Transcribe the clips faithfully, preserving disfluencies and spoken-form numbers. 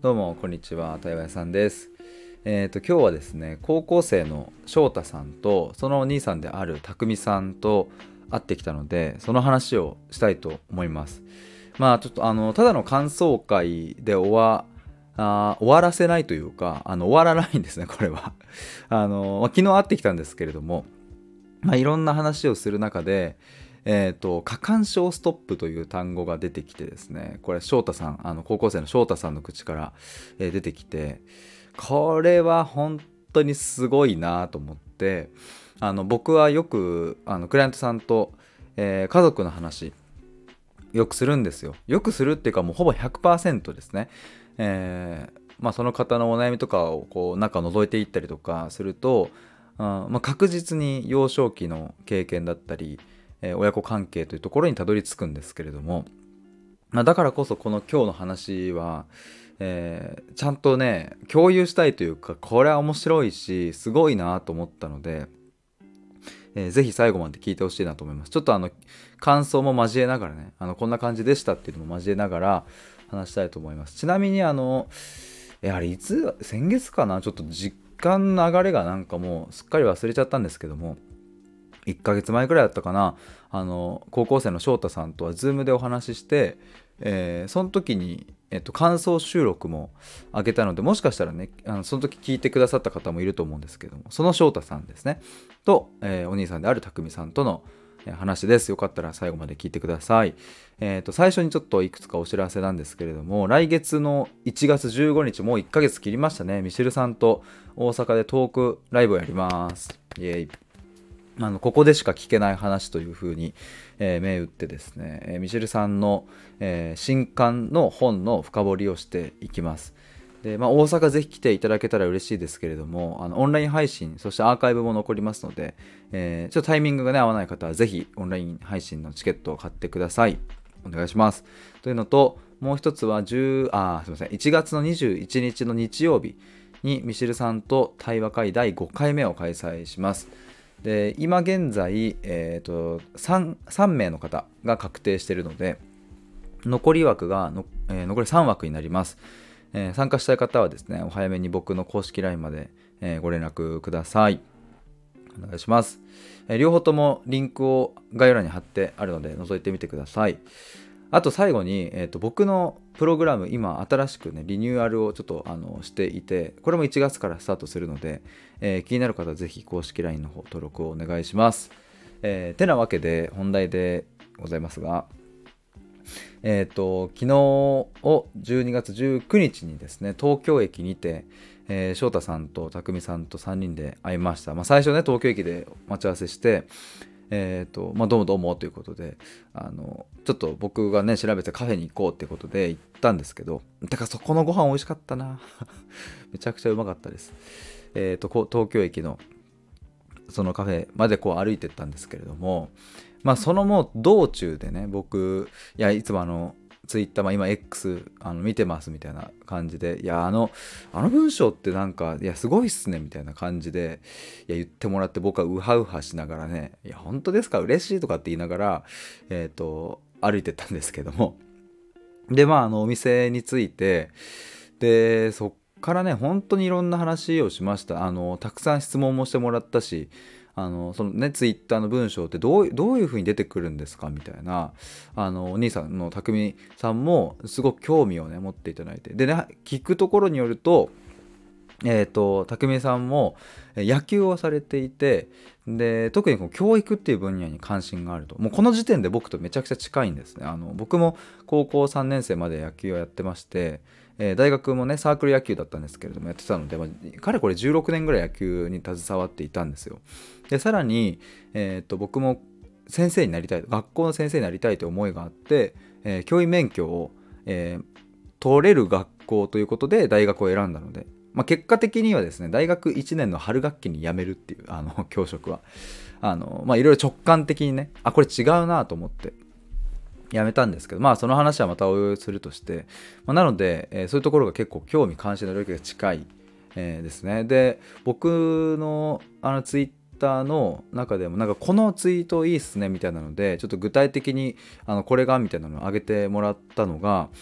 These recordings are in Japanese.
どうもこんにちは、対話屋さんです。えっ、と今日はですね、高校生の翔太さんとそのお兄さんである匠さんと会ってきたので、その話をしたいと思います。まあちょっとあのただの感想会で終わあ終わらせないというか、あの終わらないんですね、これは。あの、まあ昨日会ってきたんですけれども、まあ、いろんな話をする中で、えーと、過干渉ストップという単語が出てきてですね、これ翔太さん、あの高校生の翔太さんの口から、えー出てきて、これは本当にすごいなと思って、あの僕はよくあのクライアントさんと、えー家族の話よくするんですよ。よくするっていうかもうほぼひゃくパーセントですね。えーまあ、その方のお悩みとかをこう中覗いていったりとかすると、あまあ、確実に幼少期の経験だったり、えー親子関係というところにたどり着くんですけれども、まあ、だからこそこの今日の話は、えーちゃんとね共有したいというか、これは面白いしすごいなと思ったので、えーぜひ最後まで聞いてほしいなと思います。ちょっとあの感想も交えながらね、あのこんな感じでしたっていうのも交えながら話したいと思います。ちなみにあのえあれいつ先月かな、ちょっと実感の流れがなんかもうすっかり忘れちゃったんですけども、いっかげつまえくらいだったかな、あの高校生の翔太さんとは Zoom でお話しして、えーその時に、えっと、感想収録もあげたので、もしかしたらね、あのその時聞いてくださった方もいると思うんですけども、その翔太さんですねと、えーお兄さんである匠さんとのえー話です。よかったら最後まで聞いてください。えーと最初にちょっといくつかお知らせなんですけれども、来月のいちがつじゅうごにち、もういっかげつ切りましたね。ミシェルさんと大阪でトークライブをやります。イエーイ。あのここでしか聞けない話というふうに、えー、銘打ってですね、えーミシェルさんの、えー新刊の本の深掘りをしていきます。で、まあ、大阪ぜひ来ていただけたら嬉しいですけれども、あのオンライン配信、そしてアーカイブも残りますので、えーちょっとタイミングが、ね、合わない方はぜひオンライン配信のチケットを買ってください。お願いします。というのと、もう一つはじゅうあすみませんいちがつのにじゅういちにちの日曜日にミシェルさんと対話会だいごかいめを開催します。で今現在、えー、と 3, さんめいの方が確定しているので、残り枠がの、えー残りさんわくになります。えー参加したい方はですね、お早めに僕の公式 ライン まで、えーご連絡ください。お願いします。えー両方ともリンクを概要欄に貼ってあるので覗いてみてください。あと最後に、えーと僕のプログラム、今新しくねリニューアルをちょっとあのしていて、これもいちがつからスタートするので、えー気になる方はぜひ公式 ライン の方登録をお願いします。えーてなわけで本題でございますが、えっ、と昨日をじゅうにがつじゅうくにちにですね、東京駅にて、えー翔太さんと匠さんとさんにんで会いました。まあ、最初ね東京駅で待ち合わせして、えーとまあ、どうもどうもということで、あのちょっと僕がね調べてカフェに行こうってことで行ったんですけど、だからそこのご飯美味しかったな。めちゃくちゃうまかったです。えーとこ東京駅のそのカフェまでこう歩いてったんですけれども、まあそのもう道中でね、僕いやいつもあのツイッター、まあ、今 X あの見てますみたいな感じで、いやあのあの文章ってなんかいやすごいっすねみたいな感じでいや言ってもらって、僕はウハウハしながらね、いや本当ですか嬉しいとかって言いながら、えっ、と歩いてったんですけども、でまああのお店に着いて、でそっからね本当にいろんな話をしました。あのたくさん質問もしてもらったし、あのそのねツイッターの文章ってどうどういう風に出てくるんですかみたいな、あのお兄さんの匠さんもすごく興味をね持っていただいて、でね聞くところによると、えー、と匠さんもえー野球をされていて、で特にこの教育っていう分野に関心があると、もうこの時点で僕とめちゃくちゃ近いんですね。あの僕も高校さんねん生まで野球をやってまして、えー大学もねサークル野球だったんですけれどもやってたので、まあ、かれこれじゅうろくねんぐらい野球に携わっていたんですよ。でさらに、えー、と僕も先生になりたい、学校の先生になりたいという思いがあって、えー教員免許を、えー取れる学校ということで大学を選んだので、まあ、結果的にはですね大学いちねんの春学期に辞めるっていうあの教職はあのまあいろいろ直感的にね、あこれ違うなと思って辞めたんですけど、まあその話はまたおいおいするとして、まあ、なので、えーそういうところが結構興味関心の領域が近い、えーですね。で僕のあのツイッターの中でもなんかこのツイートいいっすねみたいなので、ちょっと具体的にあのこれがみたいなのを上げてもらったのが、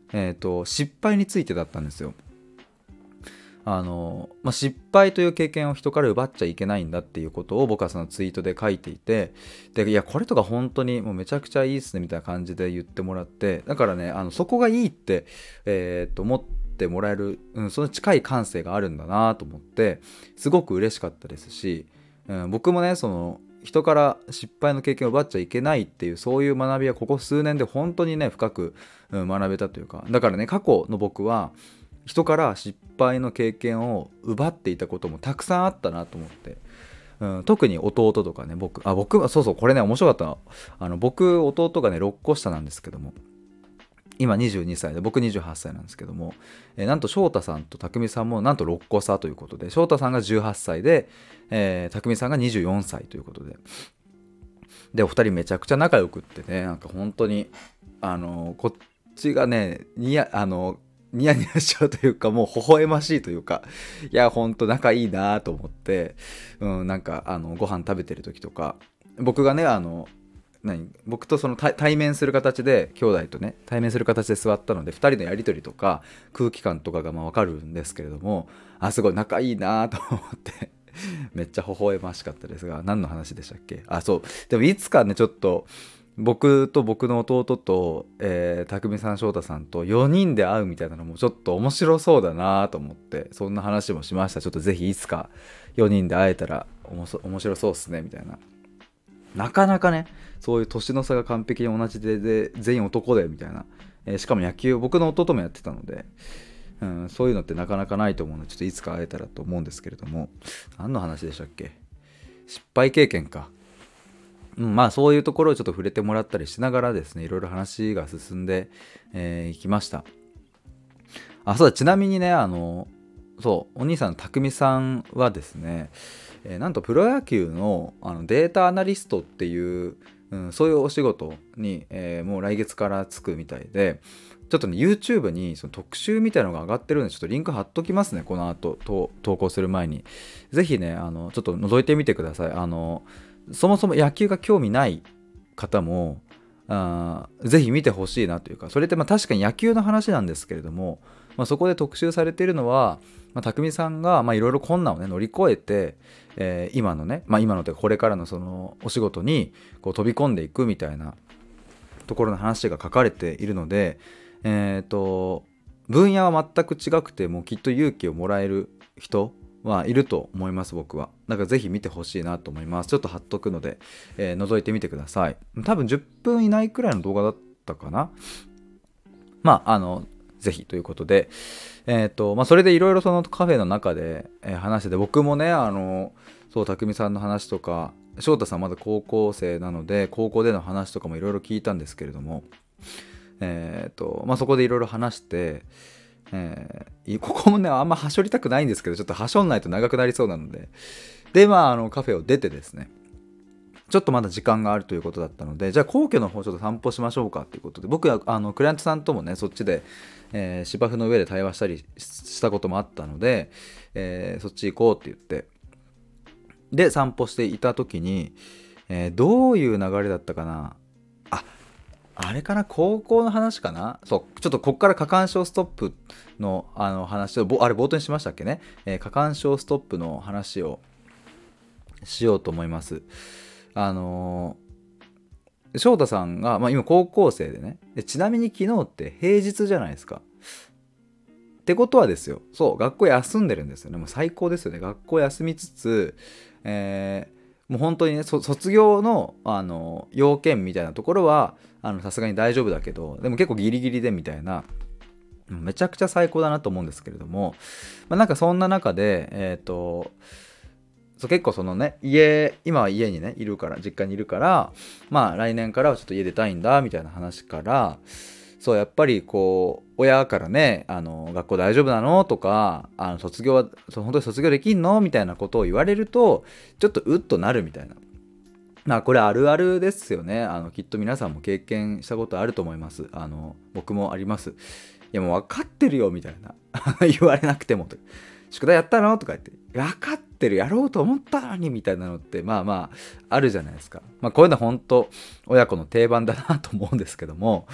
えーと、失敗についてだったんですよ。あのまあ、失敗という経験を人から奪っちゃいけないんだっていうことを僕はそのツイートで書いていて、でいやこれとか本当にもうめちゃくちゃいいっすねみたいな感じで言ってもらって、だからね、あのそこがいいって、えー、と思ってもらえる、うん、その近い感性があるんだなと思ってすごく嬉しかったですし、うん、僕もねその人から失敗の経験を奪っちゃいけないっていうそういう学びはここ数年で本当にね深く、うん、学べたというか、だからね過去の僕は人から失敗の経験を奪っていたこともたくさんあったなと思って、うん、特に弟とかね、僕あ僕はそうそう、これね面白かったの。あの僕弟がねろっこ下なんですけども、今にじゅうにさいで僕にじゅうはっさいなんですけども、えーなんと翔太さんと匠さんもなんとろっこ差ということで、翔太さんがじゅうはっさいで、えー、匠さんがにじゅうよんさいということで、でお二人めちゃくちゃ仲良くってね、なんか本当にあのーこっちがねにやあのニヤニヤしちゃうというか、もう微笑ましいというか、いやほんと仲いいなと思って、うん、なんかあのご飯食べてる時とか、僕がねあの何僕とその対対面する形で兄弟とね対面する形で座ったので、ふたりのやり取りとか空気感とかがまあ分かるんですけれども、あすごい仲いいなと思ってめっちゃ微笑ましかったですが、何の話でしたっけ。あそう、でもいつかねちょっと僕と僕の弟と、えー、匠さん翔太さんとよにんで会うみたいなのもちょっと面白そうだなと思って、そんな話もしました。ちょっとぜひいつかよにんで会えたらおもそ面白そうっすねみたいな。なかなかねそういう年の差が完璧に同じで、で全員男でみたいな、えーしかも野球僕の弟もやってたので、うん、そういうのってなかなかないと思うので、ちょっといつか会えたらと思うんですけれども、何の話でしたっけ。失敗経験か。うん、まあそういうところをちょっと触れてもらったりしながらですね、いろいろ話が進んでい、えー、きました。あ、そうだ、ちなみにね、あのそうお兄さんの匠さんはですね、えーなんとプロ野球の、あのデータアナリストっていう、うん、そういうお仕事に、えーもう来月からつくみたいで、ちょっとね YouTube にその特集みたいなのが上がってるんで、ちょっとリンク貼っときますね、この後と投稿する前に。ぜひねあのちょっと覗いてみてください。あのそもそも野球が興味ない方もあぜひ見てほしいなというか、それってまあ確かに野球の話なんですけれども、まあ、そこで特集されているのは、まあ、匠さんがいろいろ困難を、ね、乗り越えて、えー今のね、まあ、今のというかこれからのそのお仕事にこう飛び込んでいくみたいなところの話が書かれているので、えっと分野は全く違くてもきっと勇気をもらえる人はいると思います。僕はだからぜひ見てほしいなと思います。ちょっと貼っとくので、えー覗いてみてください。多分じゅっぷん以内くらいの動画だったかな。まああのぜひということで、えっとまあそれでいろいろそのカフェの中で、えー話してて、僕もねあのそう匠さんの話とか、翔太さんまだ高校生なので高校での話とかもいろいろ聞いたんですけれども、えっとまあそこでいろいろ話して、えーここもねあんまはしょりたくないんですけど、ちょっとはしょんないと長くなりそうなので、でまああのカフェを出てですね、ちょっとまだ時間があるということだったので、じゃあ皇居の方ちょっと散歩しましょうかっていうことで、僕はあのクライアントさんともねそっちで、えー芝生の上で対話したりしたこともあったので、えーそっち行こうって言ってで散歩していた時に、えーどういう流れだったかな。ああれかな、高校の話かな。そうちょっとこっから過干渉ストップのあの話をぼあれ冒頭にしましたっけね、えー過干渉ストップの話をしようと思います。あのー翔太さんが、まあ、今高校生でね、でちなみに昨日って平日じゃないですか。ってことはですよ、そう学校休んでるんですよね。もう最高ですよね。学校休みつつ、えーもう本当にねそ卒業の、あの要件みたいなところはあのさすがに大丈夫だけど、でも結構ギリギリでみたいな、めちゃくちゃ最高だなと思うんですけれども、まあ、なんかそんな中でえっ、とそう結構そのね家今は家にねいるから、実家にいるから、まあ来年からはちょっと家出たいんだみたいな話から、そうやっぱりこう親からね、あの学校大丈夫なのとか、あの卒業はそう本当に卒業できんのみたいなことを言われるとちょっとうっとなるみたいな。まあこれあるあるですよね。あのきっと皆さんも経験したことあると思います。あの僕もあります。いやもう分かってるよみたいな言われなくてもと、宿題やったのとか言って、分かってる、やろうと思ったのにみたいなのってまあまああるじゃないですか。まあこういうのは本当親子の定番だなと思うんですけども、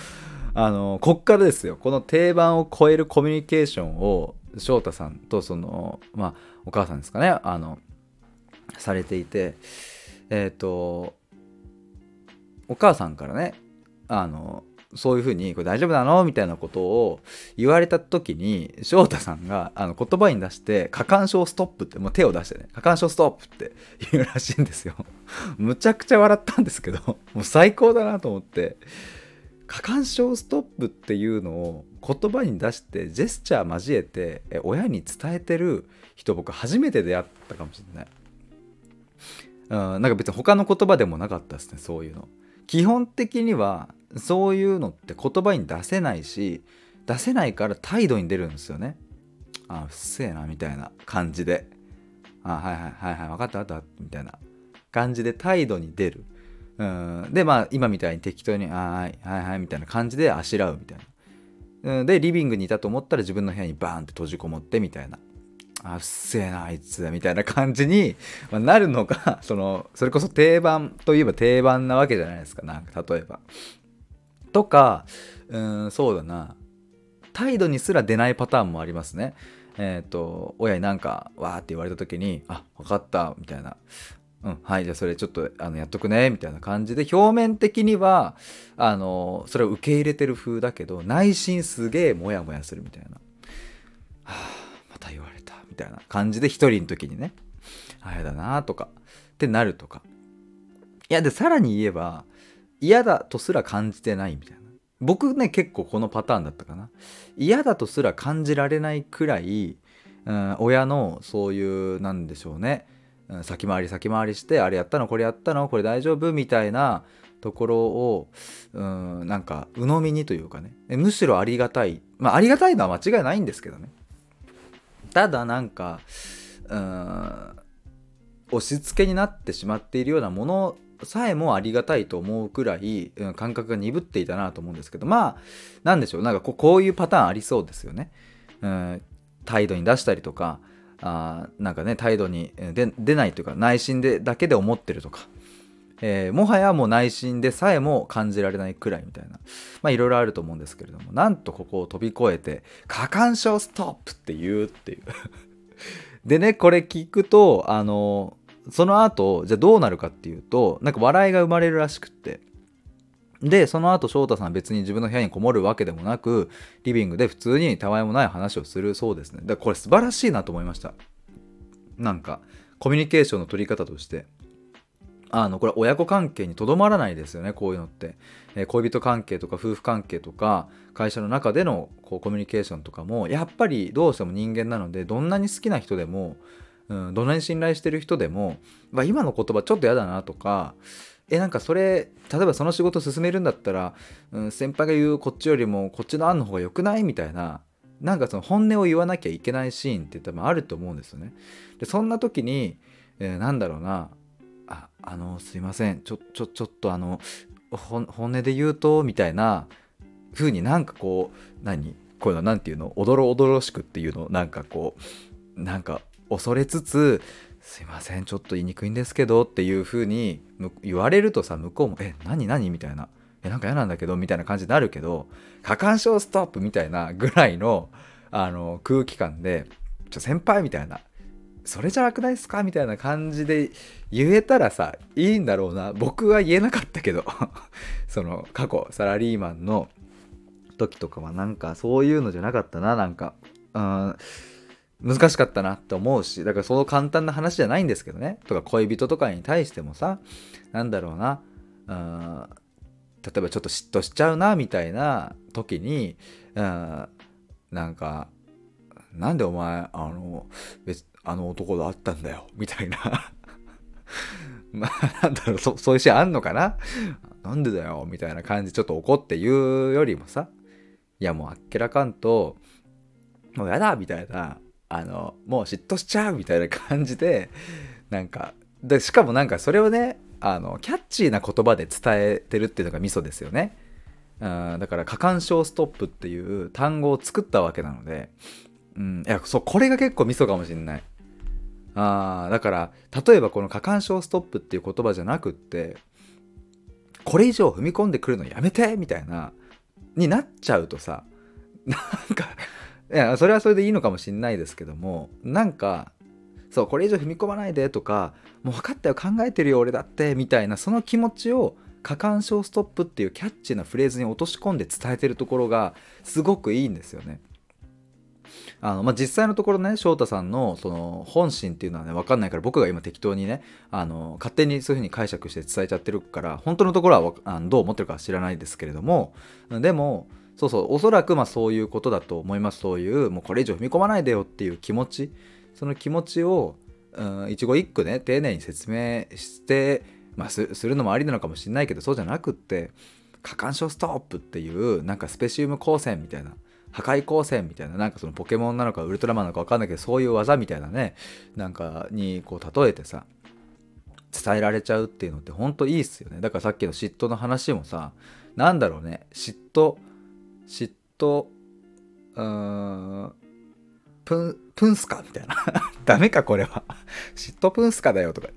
あのこっからですよ。この定番を超えるコミュニケーションを翔太さんとそのまあお母さんですかね、あのされていて、えっ、ー、とお母さんからね、あのそういうふうにこれ大丈夫なのみたいなことを言われた時に翔太さんがあの言葉に出して過干渉ストップってもう手を出してね、過干渉ストップって言うらしいんですよ。むちゃくちゃ笑ったんですけど、もう最高だなと思って、過干渉ストップっていうのを言葉に出してジェスチャー交えて親に伝えてる人、僕初めて出会ったかもしれない。うん、なんか別に他の言葉でもなかったですね、そういうの。基本的にはそういうのって言葉に出せないし、出せないから態度に出るんですよね。あ、うっせえなみたいな感じで、あ、はいはいはいはい分かった分かったみたいな感じで態度に出る。うん、でまあ今みたいに適当にあはいはいはいみたいな感じであしらうみたいな、うん、でリビングにいたと思ったら自分の部屋にバーンって閉じこもってみたいな、あ、うっせえなあいつみたいな感じになるのがそのそれこそ定番といえば定番なわけじゃないですか。なんか例えばとか、うん、そうだな、態度にすら出ないパターンもありますね。えっ、ー、と親になんかわーって言われた時に、あ、分かったみたいな、うん、はい、じゃあそれちょっとあのやっとくねみたいな感じで、表面的にはあのそれを受け入れてる風だけど内心すげえモヤモヤするみたいな、はあ、また言われたみたいな感じで一人の時にね、あれだなとかってなるとか、いやでさらに言えば嫌だとすら感じてないみたいな、僕ね結構このパターンだったかな。嫌だとすら感じられないくらい、うん、親のそういうなんでしょうね、先回り先回りして、あれやったのこれやったのこれ大丈夫みたいなところを、うん、なんか鵜呑みにというかね、むしろありがたい、まあありがたいのは間違いないんですけどね。ただなんか、うん、押し付けになってしまっているようなものさえもありがたいと思うくらい、うん、感覚が鈍っていたなと思うんですけど、まあなんでしょう、なんかこう、こういうパターンありそうですよね。うん、態度に出したりとか、あなんかね態度に出出ないというか内心でだけで思ってるとか、えー、もはやもう内心でさえも感じられないくらいみたいな、まあいろいろあると思うんですけれども、なんとここを飛び越えて過干渉ストップって言うっていうでね、これ聞くとあのその後じゃあどうなるかっていうと、なんか笑いが生まれるらしくって、でその後翔太さんは別に自分の部屋にこもるわけでもなく、リビングで普通にたわいもない話をするそうですね。だからこれ素晴らしいなと思いました。なんかコミュニケーションの取り方として、あのこれ親子関係にとどまらないですよね、こういうのって、えー恋人関係とか夫婦関係とか会社の中でのこうコミュニケーションとかもやっぱりどうしても人間なので、どんなに好きな人でも、うん、どんなに信頼してる人でも、まあ、今の言葉ちょっとやだなとか、えなんかそれ例えばその仕事進めるんだったら、うん、先輩が言うこっちよりもこっちの案の方が良くないみたいな、なんかその本音を言わなきゃいけないシーンって多分あると思うんですよね。でそんな時に、えーなんだろうな、ああのすいません、ちょちょちょっとあの本音で言うとみたいな風に、なんかこう何こういうのなんていうの、おどろおどろしくっていうの、なんかこうなんか恐れつつ、すいませんちょっと言いにくいんですけどっていう風に言われるとさ、向こうもえ何何みたいな、えなんか嫌なんだけどみたいな感じになるけど、過干渉ストップみたいなぐらいのあの空気感で、ちょ先輩みたいな、それじゃなくないですかみたいな感じで言えたらさ、いいんだろうな。僕は言えなかったけどその過去サラリーマンの時とかはなんかそういうのじゃなかったな。なんかうん難しかったなって思うし、だからその簡単な話じゃないんですけどね。とか恋人とかに対してもさ、なんだろうな、うん例えばちょっと嫉妬しちゃうなみたいな時に、うんなんかなんでお前あの別あの男と会ったんだよみたいなまあなんだろう、そそういうシーンあんのかな、なんでだよみたいな感じちょっと怒って言うよりもさ、いやもうあっけらかんともうやだみたいな、あのもう嫉妬しちゃうみたいな感じで、なんかでしかもなんかそれをね、あのキャッチーな言葉で伝えてるっていうのがミソですよね。うんだから過干渉ストップっていう単語を作ったわけなので、うん、いやそうこれが結構ミソかもしれない。あだから例えばこの過干渉ストップっていう言葉じゃなくって、これ以上踏み込んでくるのやめてみたいな、 になっちゃうとさ、なんかいやそれはそれでいいのかもしんないですけども、なんかそうこれ以上踏み込まないでとか、もう分かったよ考えてるよ俺だってみたいな、その気持ちを過干渉ストップっていうキャッチーなフレーズに落とし込んで伝えてるところがすごくいいんですよね。あの、まあ、実際のところね、翔太さんのその本心っていうのはね分かんないから、僕が今適当にね、あの勝手にそういう風に解釈して伝えちゃってるから、本当のところはわあのどう思ってるかは知らないですけれども、でもそうそう、おそらくまあそういうことだと思います。そういうもうこれ以上踏み込まないでよっていう気持ち、その気持ちを、うん、一語一句ね丁寧に説明して、まあ、す, するのもありなのかもしれないけど、そうじゃなくって、過干渉ストップっていうなんかスペシウム光線みたいな、破壊光線みたいな、なんかそのポケモンなのかウルトラマンなのか分かんないけど、そういう技みたいなね、なんかにこう例えてさ伝えられちゃうっていうのってほんといいっすよね。だからさっきの嫉妬の話もさ、なんだろうね、嫉妬嫉妬うーんプンプンスカみたいなダメかこれは嫉妬プンスカだよとか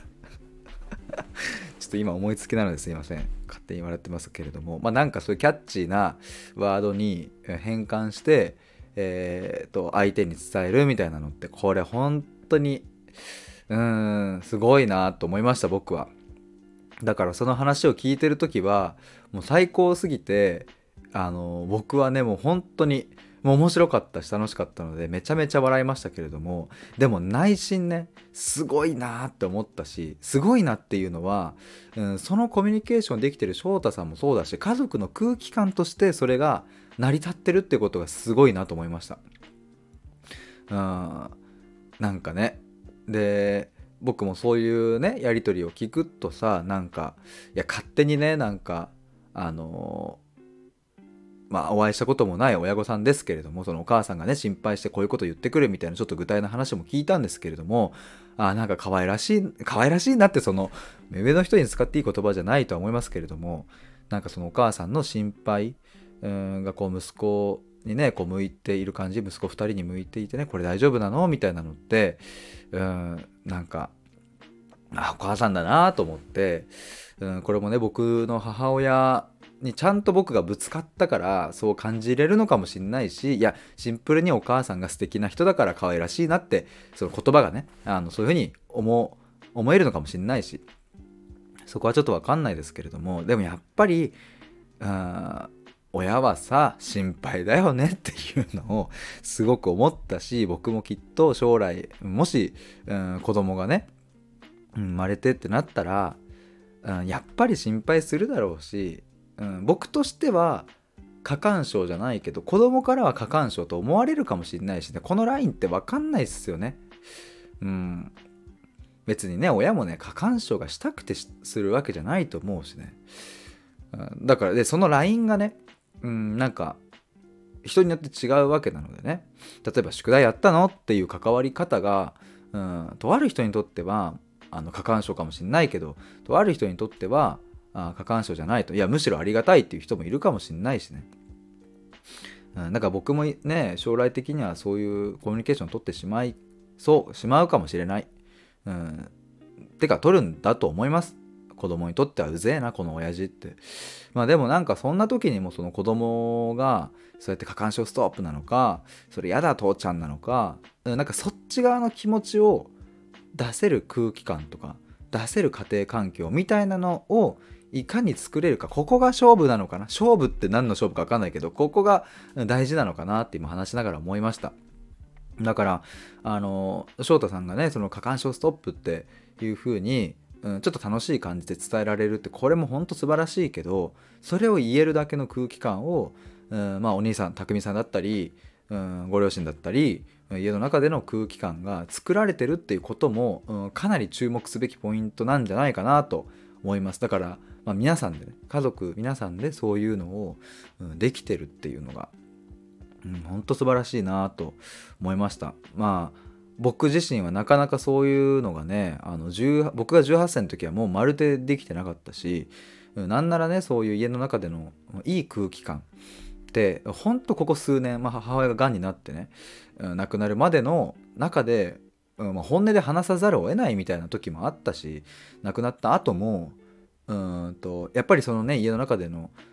ちょっと今思いつきなのですいません、勝手に笑ってますけれども、まあなんかそういうキャッチーなワードに変換して、えー、と相手に伝えるみたいなのって、これ本当にうーんすごいなと思いました、僕は。だからその話を聞いてる時はもう最高すぎて、あの僕はねもう本当にもう面白かったし楽しかったのでめちゃめちゃ笑いましたけれども、でも内心ねすごいなって思ったし、すごいなっていうのは、うん、そのコミュニケーションできてる翔太さんもそうだし、家族の空気感としてそれが成り立ってるってことがすごいなと思いました。うん、なんかね、で僕もそういうねやり取りを聞くとさ、なんかいや勝手にね、なんかあのまあお会いしたこともない親御さんですけれども、そのお母さんがね心配してこういうこと言ってくるみたいなちょっと具体な話も聞いたんですけれども、あなんか可愛らしい可愛らしいなって、その目上の人に使っていい言葉じゃないとは思いますけれども、なんかそのお母さんの心配うんがこう息子にねこう向いている感じ、息子ふたりに向いていてね、これ大丈夫なのみたいなのって、うんなんかあお母さんだなと思って、うん、これもね僕の母親にちゃんと僕がぶつかったからそう感じれるのかもしれないし、いやシンプルにお母さんが素敵な人だから可愛らしいなって、その言葉がねあのそういう風に思思えるのかもしれないし、そこはちょっと分かんないですけれども、でもやっぱりうん親はさ心配だよねっていうのをすごく思ったし、僕もきっと将来もし、うん、子供がね生まれてってなったら、うん、やっぱり心配するだろうし、うん、僕としては過干渉じゃないけど子供からは過干渉と思われるかもしれないしね、このラインって分かんないっすよね。うん、別にね親もね過干渉がしたくてするわけじゃないと思うしね、うん、だからでそのラインがね、うん、なんか人によって違うわけなのでね、例えば宿題やったのっていう関わり方が、うん、とある人にとってはあの過干渉かもしれないけど、とある人にとってはあ過干渉じゃないと、いやむしろありがたいっていう人もいるかもしれないしね、うん、だから僕もね将来的にはそういうコミュニケーションを取ってしまいそうしまうかもしれない、うん、てか取るんだと思います。子供にとってはうぜえなこの親父って。まあでもなんかそんな時にもその子供がそうやって過干渉ストップなのか、それやだ父ちゃんなのか、なんかそっち側の気持ちを出せる空気感とか出せる家庭環境みたいなのをいかに作れるか、ここが勝負なのかな、勝負って何の勝負か分かんないけど、ここが大事なのかなって今話しながら思いました。だからあの翔太さんがねその過干渉ストップっていう風に、うん、ちょっと楽しい感じで伝えられるって、これも本当素晴らしいけど、それを言えるだけの空気感を、うん、まあお兄さん匠さんだったり、うん、ご両親だったり家の中での空気感が作られてるっていうことも、うん、かなり注目すべきポイントなんじゃないかなと思います。だから、まあ、皆さんでね家族皆さんでそういうのを、うん、できてるっていうのがうん、本当素晴らしいなと思いました。まあ僕自身はなかなかそういうのがね、あのじゅう僕がじゅうはっさいの時はもうまるでできてなかったし、なんならねそういう家の中でのいい空気感ってほんとここ数年、まあ、母親ががんになってね、うん、亡くなるまでの中で、うんまあ、本音で話さざるを得ないみたいな時もあったし、亡くなった後もうんとやっぱりそのね家の中での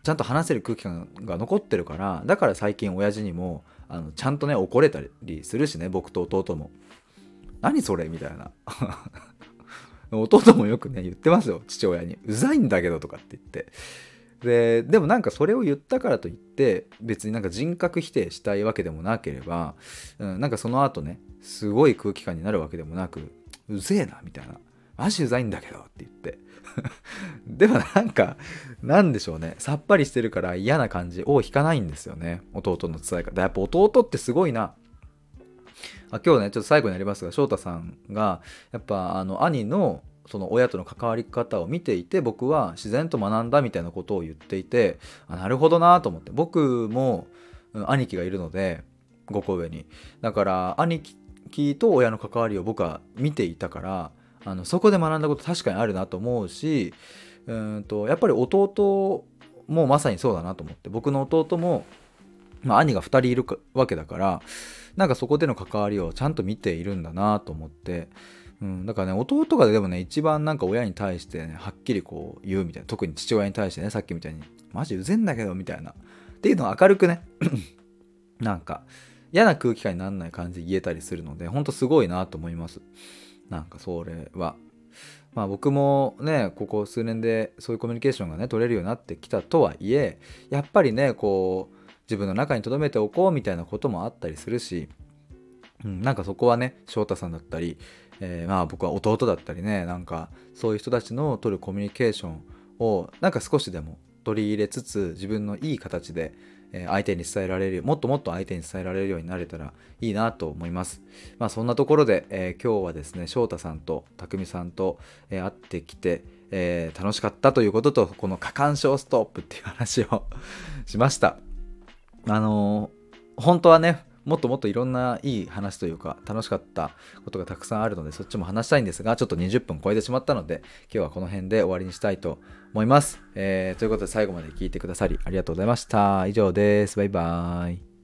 ちゃんと話せる空気感が残ってるから、だから最近親父にもあのちゃんとね怒れたりするしね、僕と弟も。何それみたいな弟もよくね言ってますよ、父親に。うざいんだけどとかって言って。ででもなんかそれを言ったからといって別になんか人格否定したいわけでもなければ、うん、なんかその後ねすごい空気感になるわけでもなく、うぜえなみたいな、マジうざいんだけどって言ってでもなんかなんでしょうね、さっぱりしてるから嫌な感じを引かないんですよね、弟の伝え方。やっぱ弟ってすごいな。あ、今日ねちょっと最後になりますが、翔太さんがやっぱあの兄のその親との関わり方を見ていて、僕は自然と学んだみたいなことを言っていて、あ、なるほどなと思って。僕も、うん、兄貴がいるのでごこ上に、だから兄貴と親の関わりを僕は見ていたから、あのそこで学んだこと確かにあるなと思うし、うーんとやっぱり弟もまさにそうだなと思って。僕の弟も、まあ、兄がふたりいるわけだから、なんかそこでの関わりをちゃんと見ているんだなと思って、うん、だからね弟がでもね一番なんか親に対してねはっきりこう言うみたいな、特に父親に対してね、さっきみたいにマジうぜんだけどみたいなっていうのを明るくねなんか嫌な空気感にならない感じで言えたりするので、ほんとすごいなと思います。なんかそれはまあ僕もねここ数年でそういうコミュニケーションがね取れるようになってきたとはいえ、やっぱりねこう自分の中に留めておこうみたいなこともあったりするし、うん、なんかそこはね翔太さんだったり、えー、まあ僕は弟だったりね、なんかそういう人たちの取るコミュニケーションをなんか少しでも取り入れつつ、自分のいい形でえー相手に伝えられる、もっともっと相手に伝えられるようになれたらいいなと思います。まあそんなところで、えー今日はですね翔太さんと匠さんと、えー会ってきて、えー楽しかったということと、この過干渉ストップっていう話をしました。あのー本当はねもっともっといろんないい話というか楽しかったことがたくさんあるので、そっちも話したいんですが、ちょっとにじゅっぷん超えてしまったので今日はこの辺で終わりにしたいと思います。えーということで最後まで聞いてくださりありがとうございました。以上です。バイバーイ。